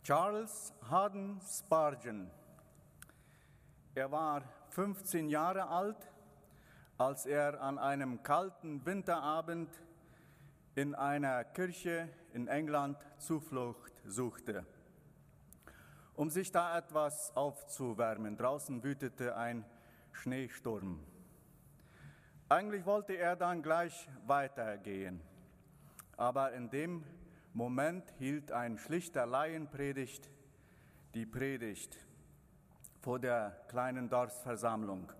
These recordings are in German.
Charles Haddon Spurgeon. Er war 15 Jahre alt, als er an einem kalten Winterabend in einer Kirche in England Zuflucht suchte, um sich da etwas aufzuwärmen. Draußen wütete ein Schneesturm. Eigentlich wollte er dann gleich weitergehen, aber in dem Moment hielt ein schlichter Laienpredigt die Predigt vor der kleinen Dorfsversammlung.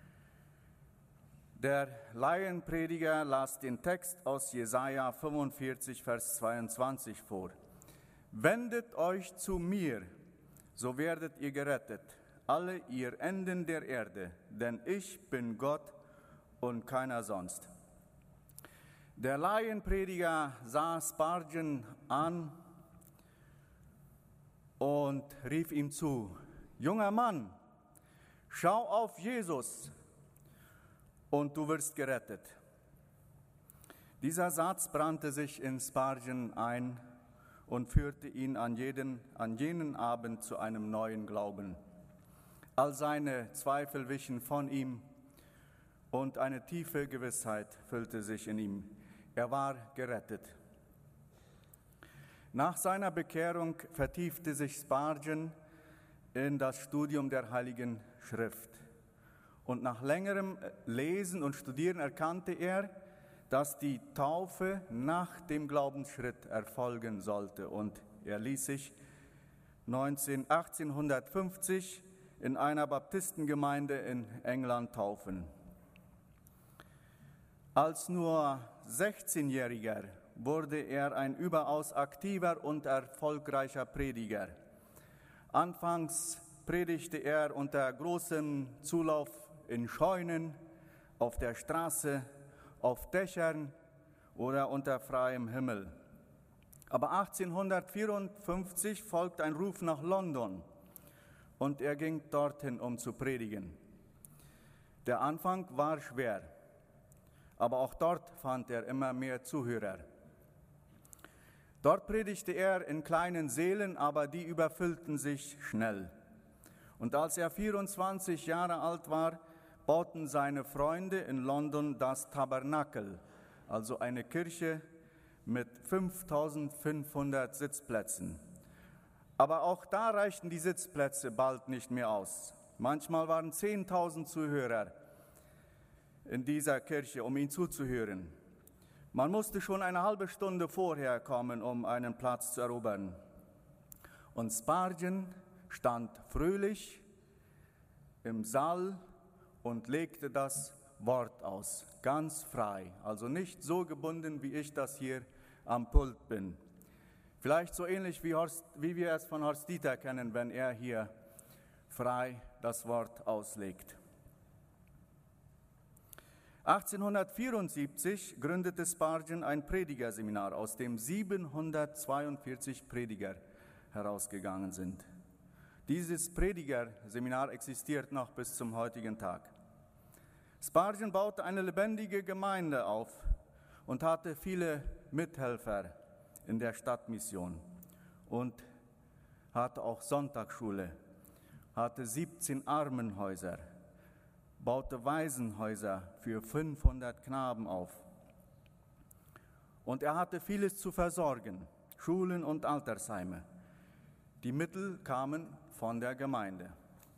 Der Laienprediger las den Text aus Jesaja 45, Vers 22 vor. Wendet euch zu mir, so werdet ihr gerettet, alle ihr Enden der Erde, denn ich bin Gott und keiner sonst. Der Laienprediger sah Spurgeon an und rief ihm zu: Junger Mann, schau auf Jesus und du wirst gerettet. Dieser Satz brannte sich in Spurgeon ein und führte ihn an jenen Abend zu einem neuen Glauben. All seine Zweifel wichen von ihm und eine tiefe Gewissheit füllte sich in ihm. Er war gerettet. Nach seiner Bekehrung vertiefte sich Spurgeon in das Studium der Heiligen Schrift. Und nach längerem Lesen und Studieren erkannte er, dass die Taufe nach dem Glaubensschritt erfolgen sollte. Und er ließ sich 1850 in einer Baptistengemeinde in England taufen. Als nur 16-Jähriger wurde er ein überaus aktiver und erfolgreicher Prediger. Anfangs predigte er unter großem Zulauf in Scheunen, auf der Straße, auf Dächern oder unter freiem Himmel. Aber 1854 folgte ein Ruf nach London und er ging dorthin, um zu predigen. Der Anfang war schwer, aber auch dort fand er immer mehr Zuhörer. Dort predigte er in kleinen Sälen, aber die überfüllten sich schnell. Und als er 24 Jahre alt war, bauten seine Freunde in London das Tabernakel, also eine Kirche mit 5500 Sitzplätzen. Aber auch da reichten die Sitzplätze bald nicht mehr aus. Manchmal waren 10.000 Zuhörer in dieser Kirche, um ihm zuzuhören. Man musste schon eine halbe Stunde vorher kommen, um einen Platz zu erobern. Und Spurgeon stand fröhlich im Saal und legte das Wort aus, ganz frei, also nicht so gebunden, wie ich das hier am Pult bin. Vielleicht so ähnlich wie wir es von Horst Dieter kennen, wenn er hier frei das Wort auslegt. 1874 gründete Spurgeon ein Predigerseminar, aus dem 742 Prediger herausgegangen sind. Dieses Predigerseminar existiert noch bis zum heutigen Tag. Spurgeon baute eine lebendige Gemeinde auf und hatte viele Mithelfer in der Stadtmission und hatte auch Sonntagsschule, hatte 17 Armenhäuser, baute Waisenhäuser für 500 Knaben auf. Und er hatte vieles zu versorgen, Schulen und Altersheime. Die Mittel kamen von der Gemeinde.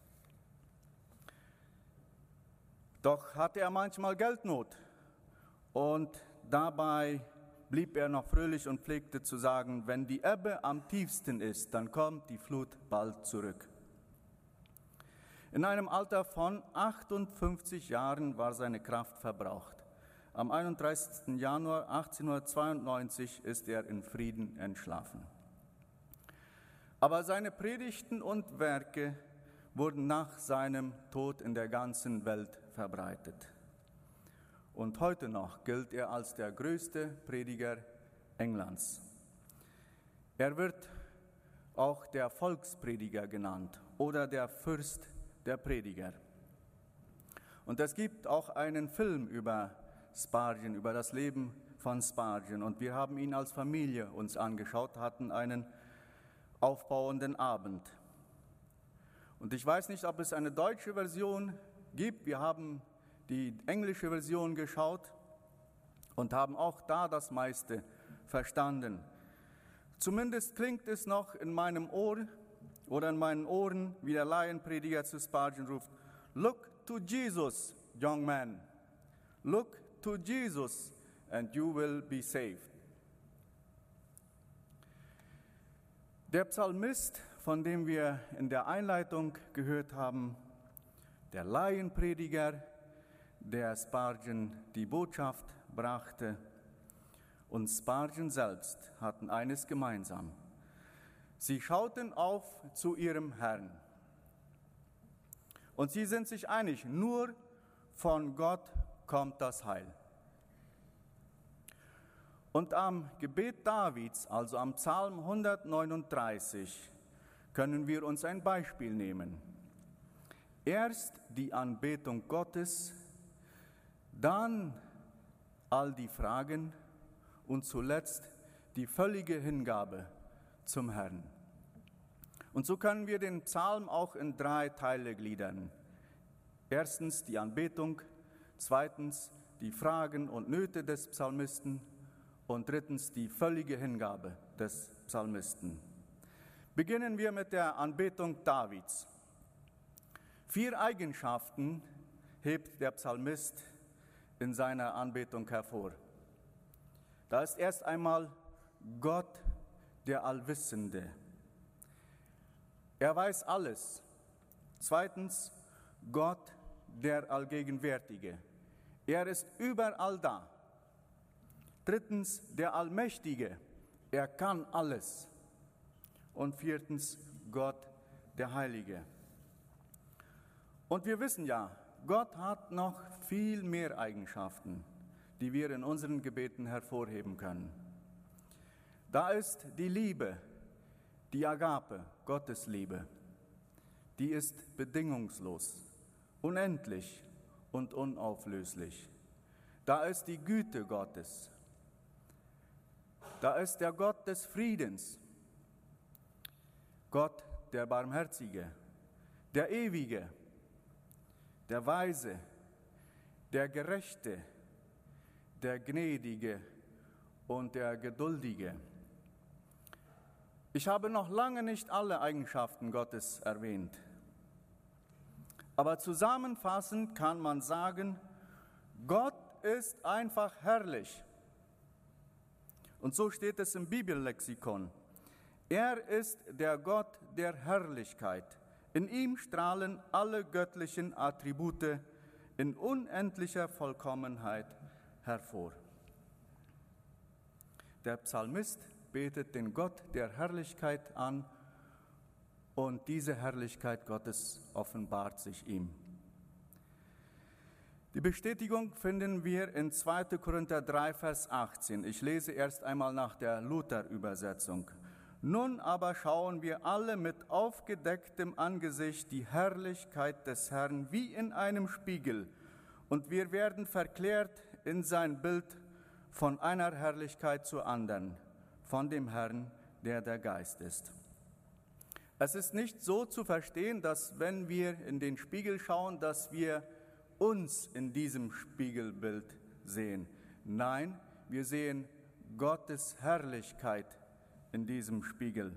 Doch hatte er manchmal Geldnot und dabei blieb er noch fröhlich und pflegte zu sagen, wenn die Ebbe am tiefsten ist, dann kommt die Flut bald zurück. In einem Alter von 58 Jahren war seine Kraft verbraucht. Am 31. Januar 1892 ist er in Frieden entschlafen. Aber seine Predigten und Werke wurden nach seinem Tod in der ganzen Welt verbreitet. Und heute noch gilt er als der größte Prediger Englands. Er wird auch der Volksprediger genannt oder der Fürst der Prediger. Und es gibt auch einen Film über Spurgeon, über das Leben von Spurgeon. Und wir haben ihn als Familie uns angeschaut, hatten einen aufbauenden Abend. Und ich weiß nicht, ob es eine deutsche Version gibt. Wir haben die englische Version geschaut und haben auch da das meiste verstanden. Zumindest klingt es noch in meinem Ohr oder in meinen Ohren, wie der Laienprediger zu Spurgeon ruft: Look to Jesus, young man. Look to Jesus and you will be saved. Der Psalmist, von dem wir in der Einleitung gehört haben, der Laienprediger, der Spurgeon die Botschaft brachte, und Spurgeon selbst hatten eines gemeinsam: Sie schauten auf zu ihrem Herrn. Und sie sind sich einig, nur von Gott kommt das Heil. Und am Gebet Davids, also am Psalm 139, können wir uns ein Beispiel nehmen. Erst die Anbetung Gottes, dann all die Fragen und zuletzt die völlige Hingabe zum Herrn. Und so können wir den Psalm auch in 3 Teile gliedern. Erstens die Anbetung, zweitens die Fragen und Nöte des Psalmisten und drittens die völlige Hingabe des Psalmisten. Beginnen wir mit der Anbetung Davids. 4 Eigenschaften hebt der Psalmist in seiner Anbetung hervor. Da ist erst einmal Gott, der Allwissende. Er weiß alles. Zweitens, Gott, der Allgegenwärtige. Er ist überall da. Drittens, der Allmächtige. Er kann alles. Und viertens, Gott, der Heilige. Und wir wissen ja, Gott hat noch viel mehr Eigenschaften, die wir in unseren Gebeten hervorheben können. Da ist die Liebe, die Agape, Gottes Liebe. Die ist bedingungslos, unendlich und unauflöslich. Da ist die Güte Gottes. Da ist der Gott des Friedens, Gott der Barmherzige, der Ewige, der Weise, der Gerechte, der Gnädige und der Geduldige. Ich habe noch lange nicht alle Eigenschaften Gottes erwähnt. Aber zusammenfassend kann man sagen, Gott ist einfach herrlich. Und so steht es im Bibellexikon. Er ist der Gott der Herrlichkeit. In ihm strahlen alle göttlichen Attribute in unendlicher Vollkommenheit hervor. Der Psalmist betet den Gott der Herrlichkeit an und diese Herrlichkeit Gottes offenbart sich ihm. Die Bestätigung finden wir in 2. Korinther 3, Vers 18. Ich lese erst einmal nach der Luther-Übersetzung. Nun aber schauen wir alle mit aufgedecktem Angesicht die Herrlichkeit des Herrn wie in einem Spiegel, und wir werden verklärt in sein Bild von einer Herrlichkeit zur anderen, von dem Herrn, der der Geist ist. Es ist nicht so zu verstehen, dass wenn wir in den Spiegel schauen, dass wir uns in diesem Spiegelbild sehen. Nein, wir sehen Gottes Herrlichkeit in diesem Spiegel.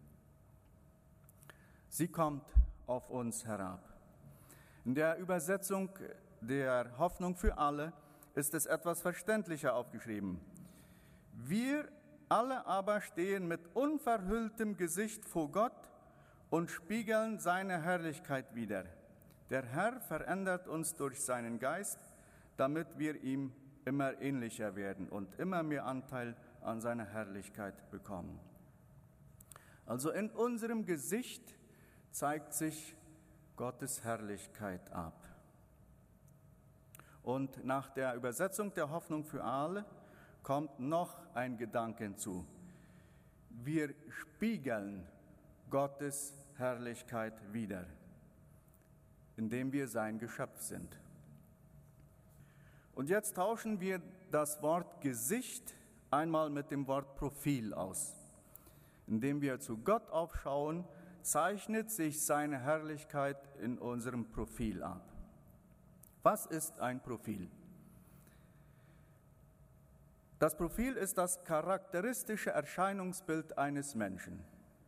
Sie kommt auf uns herab. In der Übersetzung der Hoffnung für alle ist es etwas verständlicher aufgeschrieben. Wir alle aber stehen mit unverhülltem Gesicht vor Gott und spiegeln seine Herrlichkeit wider. Der Herr verändert uns durch seinen Geist, damit wir ihm immer ähnlicher werden und immer mehr Anteil an seiner Herrlichkeit bekommen. Also in unserem Gesicht zeigt sich Gottes Herrlichkeit ab. Und nach der Übersetzung der Hoffnung für alle kommt noch ein Gedanke hinzu. Wir spiegeln Gottes Herrlichkeit wider, indem wir sein Geschöpf sind. Und jetzt tauschen wir das Wort Gesicht einmal mit dem Wort Profil aus. indem wir zu Gott aufschauen, zeichnet sich seine Herrlichkeit in unserem Profil ab. Was ist ein Profil? Das Profil ist das charakteristische Erscheinungsbild eines Menschen.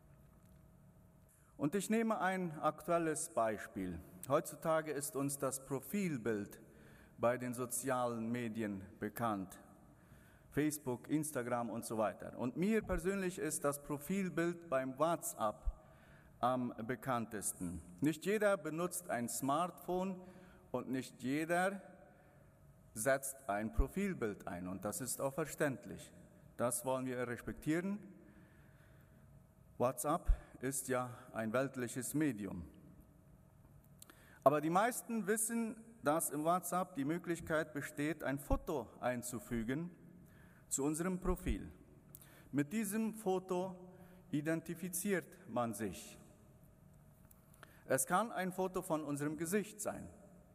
Und ich nehme ein aktuelles Beispiel. Heutzutage ist uns das Profilbild bei den sozialen Medien bekannt. Facebook, Instagram und so weiter. Und mir persönlich ist das Profilbild beim WhatsApp am bekanntesten. Nicht jeder benutzt ein Smartphone und nicht jeder setzt ein Profilbild ein. Und das ist auch verständlich. Das wollen wir respektieren. WhatsApp ist ja ein weltliches Medium. Aber die meisten wissen, dass im WhatsApp die Möglichkeit besteht, ein Foto einzufügen zu unserem Profil. Mit diesem Foto identifiziert man sich. Es kann ein Foto von unserem Gesicht sein.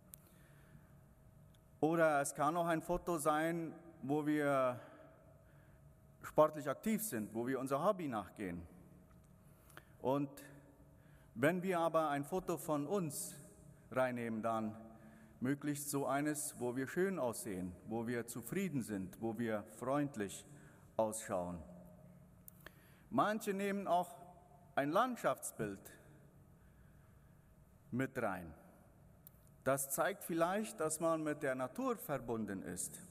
Oder es kann auch ein Foto sein, wo wir sportlich aktiv sind, wo wir unser Hobby nachgehen. Und wenn wir aber ein Foto von uns reinnehmen, dann möglichst so eines, wo wir schön aussehen, wo wir zufrieden sind, wo wir freundlich ausschauen. Manche nehmen auch ein Landschaftsbild mit rein. Das zeigt vielleicht, dass man mit der Natur verbunden ist.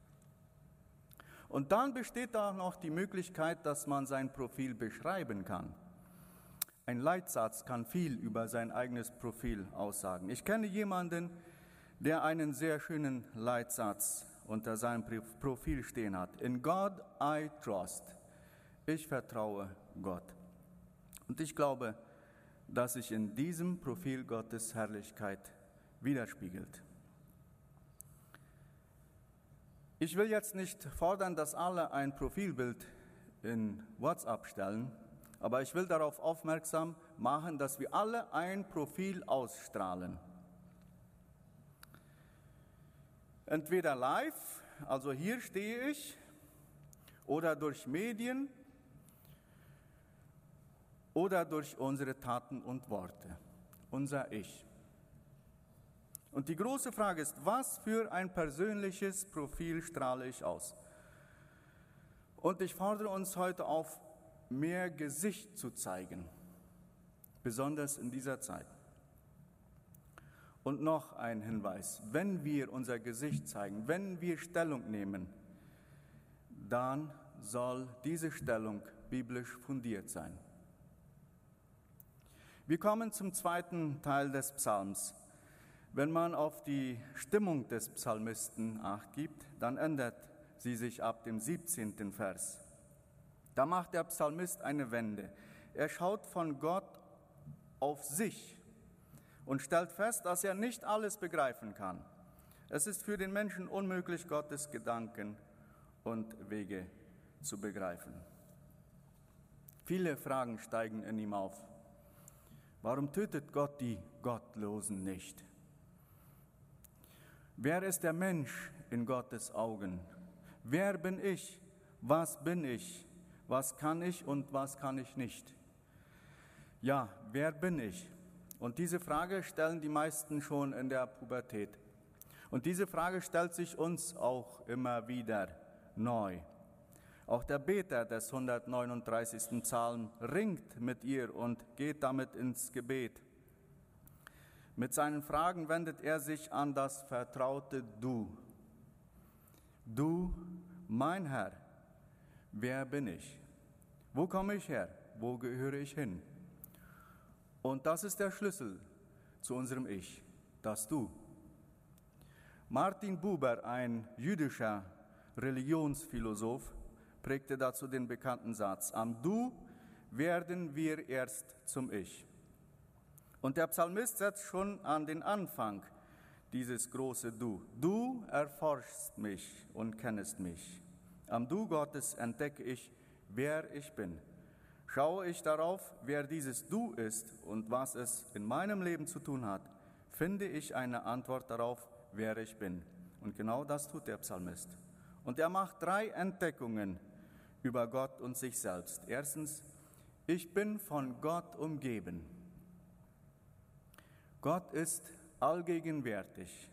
Und dann besteht auch noch die Möglichkeit, dass man sein Profil beschreiben kann. Ein Leitsatz kann viel über sein eigenes Profil aussagen. Ich kenne jemanden, der einen sehr schönen Leitsatz unter seinem Profil stehen hat. In God I trust. Ich vertraue Gott. Und ich glaube, dass sich in diesem Profil Gottes Herrlichkeit widerspiegelt. Ich will jetzt nicht fordern, dass alle ein Profilbild in WhatsApp stellen, aber ich will darauf aufmerksam machen, dass wir alle ein Profil ausstrahlen. Entweder live, also hier stehe ich, oder durch Medien, oder durch unsere Taten und Worte, unser Ich. Und die große Frage ist, was für ein persönliches Profil strahle ich aus? Und ich fordere uns heute auf, mehr Gesicht zu zeigen, besonders in dieser Zeit. Und noch ein Hinweis, wenn wir unser Gesicht zeigen, wenn wir Stellung nehmen, dann soll diese Stellung biblisch fundiert sein. Wir kommen zum zweiten Teil des Psalms. Wenn man auf die Stimmung des Psalmisten Acht gibt, dann ändert sie sich ab dem 17. Vers. Da macht der Psalmist eine Wende. Er schaut von Gott auf sich und stellt fest, dass er nicht alles begreifen kann. Es ist für den Menschen unmöglich, Gottes Gedanken und Wege zu begreifen. Viele Fragen steigen in ihm auf. Warum tötet Gott die Gottlosen nicht? Wer ist der Mensch in Gottes Augen? Wer bin ich? Was bin ich? Was kann ich und was kann ich nicht? Ja, wer bin ich? Und diese Frage stellen die meisten schon in der Pubertät. Und diese Frage stellt sich uns auch immer wieder neu. Auch der Beter des 139. Psalm ringt mit ihr und geht damit ins Gebet. Mit seinen Fragen wendet er sich an das vertraute Du. Du, mein Herr, wer bin ich? Wo komme ich her? Wo gehöre ich hin? Und das ist der Schlüssel zu unserem Ich, das Du. Martin Buber, ein jüdischer Religionsphilosoph, prägte dazu den bekannten Satz: Am Du werden wir erst zum Ich. Und der Psalmist setzt schon an den Anfang dieses große Du. Du erforschst mich und kennest mich. Am Du Gottes entdecke ich, wer ich bin. Schaue ich darauf, wer dieses Du ist und was es in meinem Leben zu tun hat, finde ich eine Antwort darauf, wer ich bin. Und genau das tut der Psalmist. Und er macht 3 Entdeckungen über Gott und sich selbst. Erstens, Ich bin von Gott umgeben. Gott ist allgegenwärtig.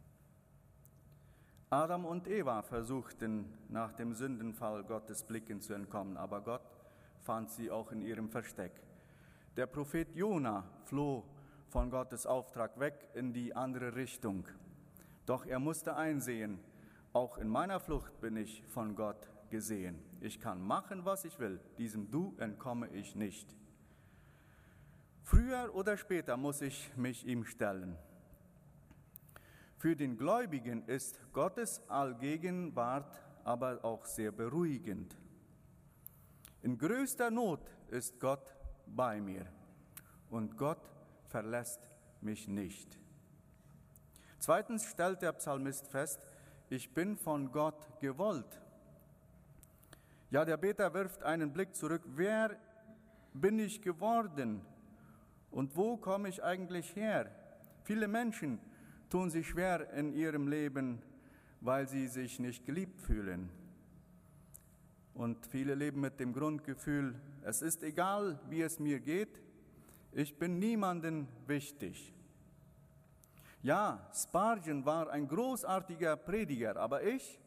Adam und Eva versuchten nach dem Sündenfall Gottes Blicken zu entkommen, aber Gott fand sie auch in ihrem Versteck. Der Prophet Jona floh von Gottes Auftrag weg in die andere Richtung. Doch er musste einsehen, auch in meiner Flucht bin ich von Gott gesehen. Ich kann machen, was ich will, diesem Du entkomme ich nicht. Früher oder später muss ich mich ihm stellen. Für den Gläubigen ist Gottes Allgegenwart aber auch sehr beruhigend. In größter Not ist Gott bei mir und Gott verlässt mich nicht. Zweitens stellt der Psalmist fest, ich bin von Gott gewollt. Ja, der Beter wirft einen Blick zurück, wer bin ich geworden und wo komme ich eigentlich her? Viele Menschen tun sich schwer in ihrem Leben, weil sie sich nicht geliebt fühlen. Und viele leben mit dem Grundgefühl, es ist egal, wie es mir geht, ich bin niemandem wichtig. Ja, Spurgeon war ein großartiger Prediger, aber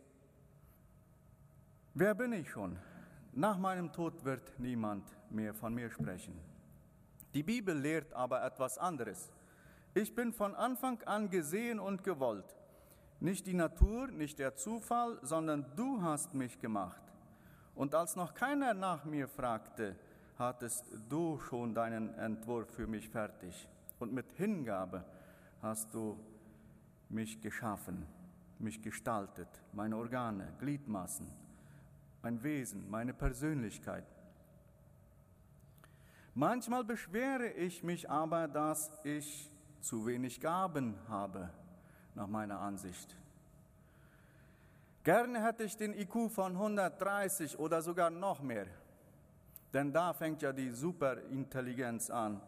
wer bin ich schon? Nach meinem Tod wird niemand mehr von mir sprechen. Die Bibel lehrt aber etwas anderes. Ich bin von Anfang an gesehen und gewollt. Nicht die Natur, nicht der Zufall, sondern du hast mich gemacht. Und als noch keiner nach mir fragte, hattest du schon deinen Entwurf für mich fertig. Und mit Hingabe hast du mich geschaffen, mich gestaltet, meine Organe, Gliedmaßen, mein Wesen, meine Persönlichkeit. Manchmal beschwere ich mich aber, dass ich zu wenig Gaben habe, nach meiner Ansicht. Gerne hätte ich den IQ von 130 oder sogar noch mehr, denn da fängt ja die Superintelligenz an.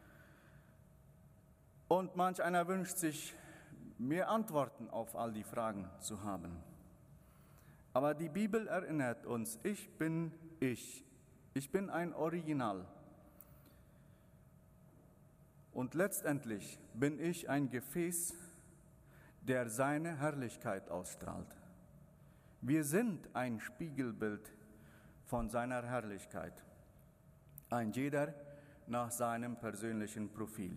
Und manch einer wünscht sich, mehr Antworten auf all die Fragen zu haben. Aber die Bibel erinnert uns, ich bin ein Original. Und letztendlich bin ich ein Gefäß, der seine Herrlichkeit ausstrahlt. Wir sind ein Spiegelbild von seiner Herrlichkeit. Ein jeder nach seinem persönlichen Profil.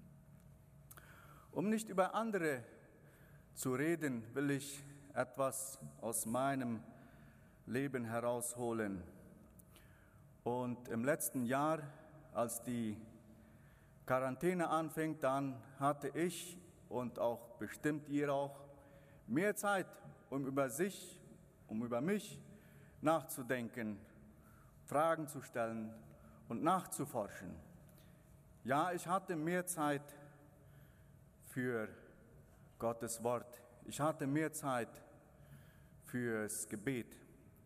Um nicht über andere zu reden, will ich etwas aus meinem Leben herausholen. Und im letzten Jahr, als die Quarantäne anfing, dann hatte ich und auch bestimmt ihr auch mehr Zeit, um über mich nachzudenken, Fragen zu stellen und nachzuforschen. Ja, ich hatte mehr Zeit für Gottes Wort. Ich hatte mehr Zeit fürs Gebet.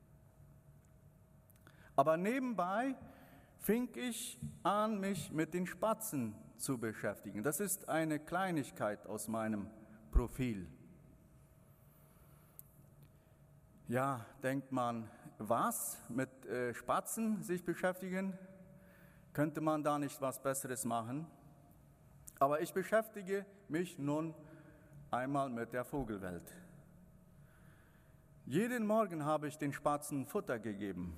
Aber nebenbei fing ich an, mich mit den Spatzen zu beschäftigen. Das ist eine Kleinigkeit aus meinem Profil. Ja, denkt man, was? Mit Spatzen sich beschäftigen? Könnte man da nicht was Besseres machen? Aber ich beschäftige mich nun einmal mit der Vogelwelt. Jeden Morgen habe ich den Spatzen Futter gegeben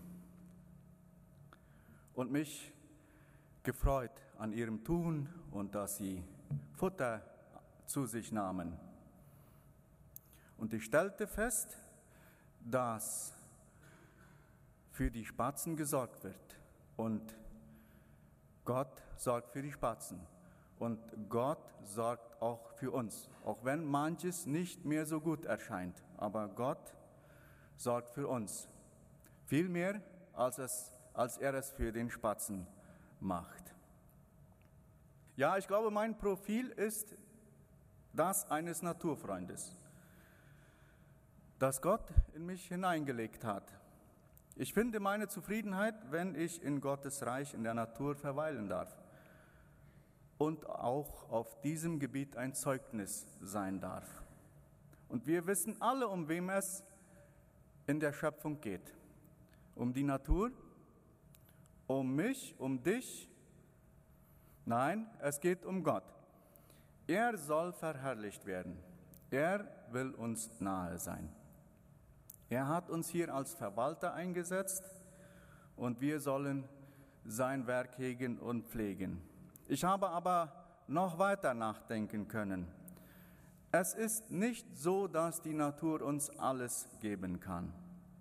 und mich gefreut an ihrem Tun und dass sie Futter zu sich nahmen. Und ich stellte fest, dass für die Spatzen gesorgt wird und Gott sorgt für die Spatzen und Gott sorgt auch für uns, auch wenn manches nicht mehr so gut erscheint, aber Gott sorgt für uns, viel mehr als er es für den Spatzen macht. Ja, ich glaube, mein Profil ist das eines Naturfreundes, das Gott in mich hineingelegt hat. Ich finde meine Zufriedenheit, wenn ich in Gottes Reich, in der Natur verweilen darf und auch auf diesem Gebiet ein Zeugnis sein darf. Und wir wissen alle, um wem es in der Schöpfung geht. Um die Natur Um mich, um dich? Nein, es geht um Gott. Er soll verherrlicht werden. Er will uns nahe sein. Er hat uns hier als Verwalter eingesetzt und wir sollen sein Werk hegen und pflegen. Ich habe aber noch weiter nachdenken können. Es ist nicht so, dass die Natur uns alles geben kann.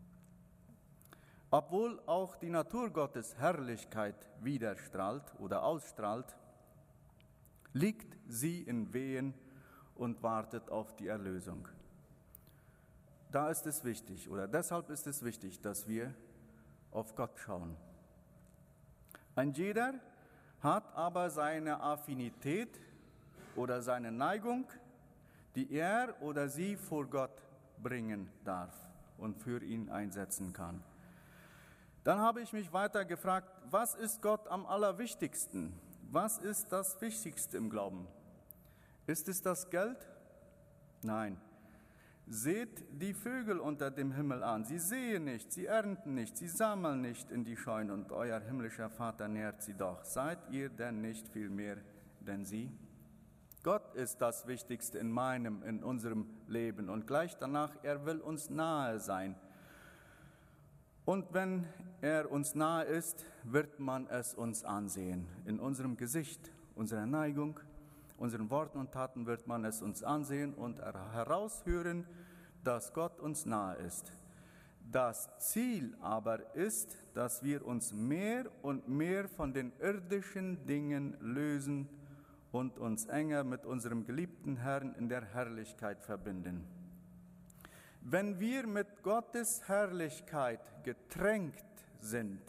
Obwohl auch die Natur Gottes Herrlichkeit widerstrahlt oder ausstrahlt, liegt sie in Wehen und wartet auf die Erlösung. Da ist es wichtig, oder deshalb ist es wichtig, dass wir auf Gott schauen. Ein jeder hat aber seine Affinität oder seine Neigung, die er oder sie vor Gott bringen darf und für ihn einsetzen kann. Dann habe ich mich weiter gefragt, was ist Gott am allerwichtigsten? Was ist das Wichtigste im Glauben? Ist es das Geld? Nein. Seht die Vögel unter dem Himmel an. Sie säen nicht, sie ernten nicht, sie sammeln nicht in die Scheunen und euer himmlischer Vater nährt sie doch. Seid ihr denn nicht viel mehr denn sie? Gott ist das Wichtigste in unserem Leben und gleich danach, er will uns nahe sein. Und wenn er uns nahe ist, wird man es uns ansehen. In unserem Gesicht, unserer Neigung, unseren Worten und Taten wird man es uns ansehen und heraushören, dass Gott uns nahe ist. Das Ziel aber ist, dass wir uns mehr und mehr von den irdischen Dingen lösen und uns enger mit unserem geliebten Herrn in der Herrlichkeit verbinden. Wenn wir mit Gottes Herrlichkeit getränkt sind,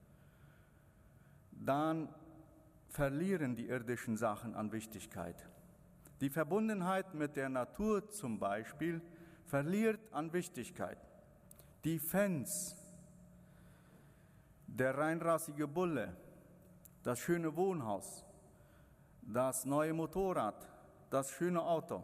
dann verlieren die irdischen Sachen an Wichtigkeit. Die Verbundenheit mit der Natur zum Beispiel verliert an Wichtigkeit. Die Fans, der reinrassige Bulle, das schöne Wohnhaus, das neue Motorrad, das schöne Auto,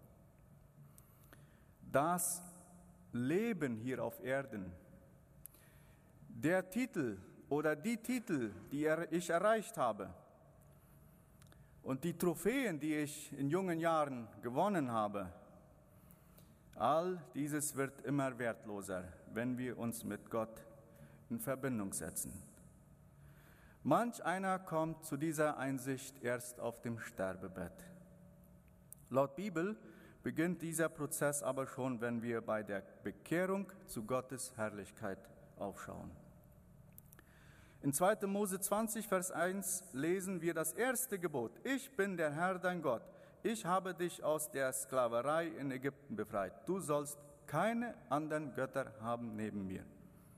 das Leben hier auf Erden, der Titel oder die Titel, die ich erreicht habe und die Trophäen, die ich in jungen Jahren gewonnen habe, all dieses wird immer wertloser, wenn wir uns mit Gott in Verbindung setzen. Manch einer kommt zu dieser Einsicht erst auf dem Sterbebett. Laut Bibel beginnt dieser Prozess aber schon, wenn wir bei der Bekehrung zu Gottes Herrlichkeit aufschauen. In 2. Mose 20, Vers 1 lesen wir das erste Gebot. Ich bin der Herr, dein Gott. Ich habe dich aus der Sklaverei in Ägypten befreit. Du sollst keine anderen Götter haben neben mir.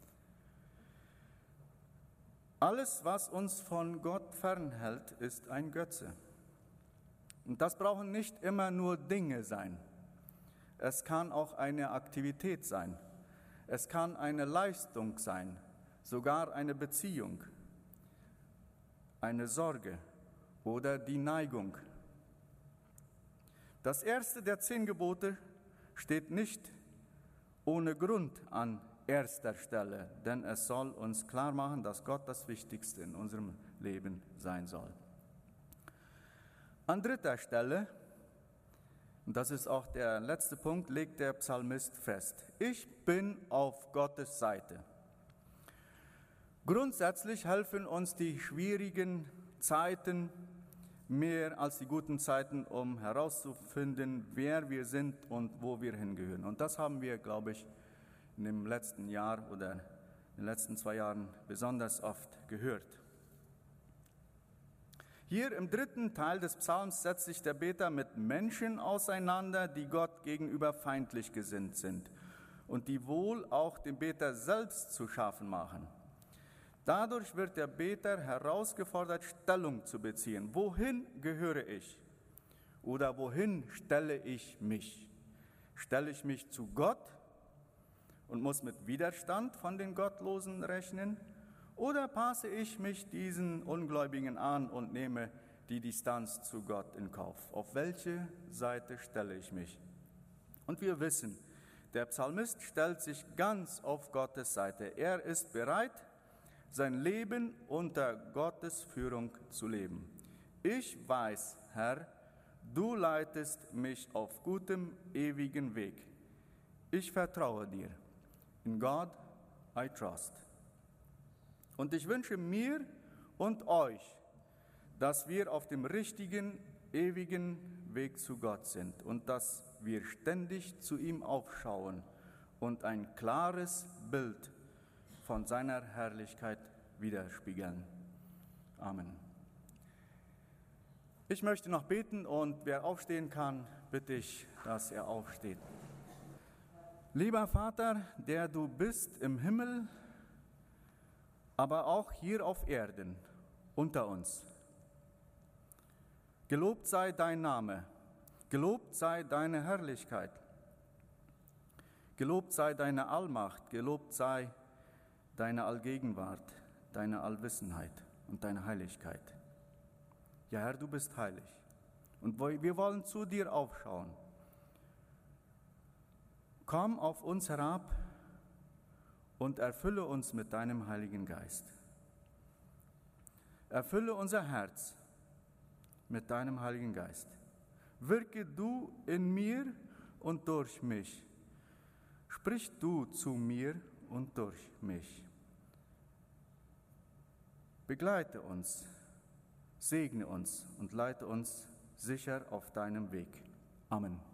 Alles, was uns von Gott fernhält, ist ein Götze. Und das brauchen nicht immer nur Dinge sein. Es kann auch eine Aktivität sein. Es kann eine Leistung sein, sogar eine Beziehung, eine Sorge oder die Neigung. Das erste der 10 Gebote steht nicht ohne Grund an erster Stelle, denn es soll uns klar machen, dass Gott das Wichtigste in unserem Leben sein soll. An dritter Stelle, und das ist auch der letzte Punkt, legt der Psalmist fest: Ich bin auf Gottes Seite. Grundsätzlich helfen uns die schwierigen Zeiten mehr als die guten Zeiten, um herauszufinden, wer wir sind und wo wir hingehören. Und das haben wir, glaube ich, in dem letzten Jahr oder in den letzten 2 Jahren besonders oft gehört. Hier im 3. Teil des Psalms setzt sich der Beter mit Menschen auseinander, die Gott gegenüber feindlich gesinnt sind und die wohl auch dem Beter selbst zu schaffen machen. Dadurch wird der Beter herausgefordert, Stellung zu beziehen. Wohin gehöre ich? Oder wohin stelle ich mich? Stelle ich mich zu Gott und muss mit Widerstand von den Gottlosen rechnen? Oder passe ich mich diesen Ungläubigen an und nehme die Distanz zu Gott in Kauf? Auf welche Seite stelle ich mich? Und wir wissen, der Psalmist stellt sich ganz auf Gottes Seite. Er ist bereit, sein Leben unter Gottes Führung zu leben. Ich weiß, Herr, du leitest mich auf gutem, ewigen Weg. Ich vertraue dir. In God I trust. Und ich wünsche mir und euch, dass wir auf dem richtigen, ewigen Weg zu Gott sind und dass wir ständig zu ihm aufschauen und ein klares Bild von seiner Herrlichkeit widerspiegeln. Amen. Ich möchte noch beten und wer aufstehen kann, bitte ich, dass er aufsteht. Lieber Vater, der du bist im Himmel, aber auch hier auf Erden unter uns. Gelobt sei dein Name, gelobt sei deine Herrlichkeit, gelobt sei deine Allmacht, gelobt sei deine Allgegenwart, deine Allwissenheit und deine Heiligkeit. Ja, Herr, du bist heilig und wir wollen zu dir aufschauen. Komm auf uns herab und erfülle uns mit deinem Heiligen Geist. Erfülle unser Herz mit deinem Heiligen Geist. Wirke du in mir und durch mich. Sprich du zu mir und durch mich. Begleite uns, segne uns und leite uns sicher auf deinem Weg. Amen.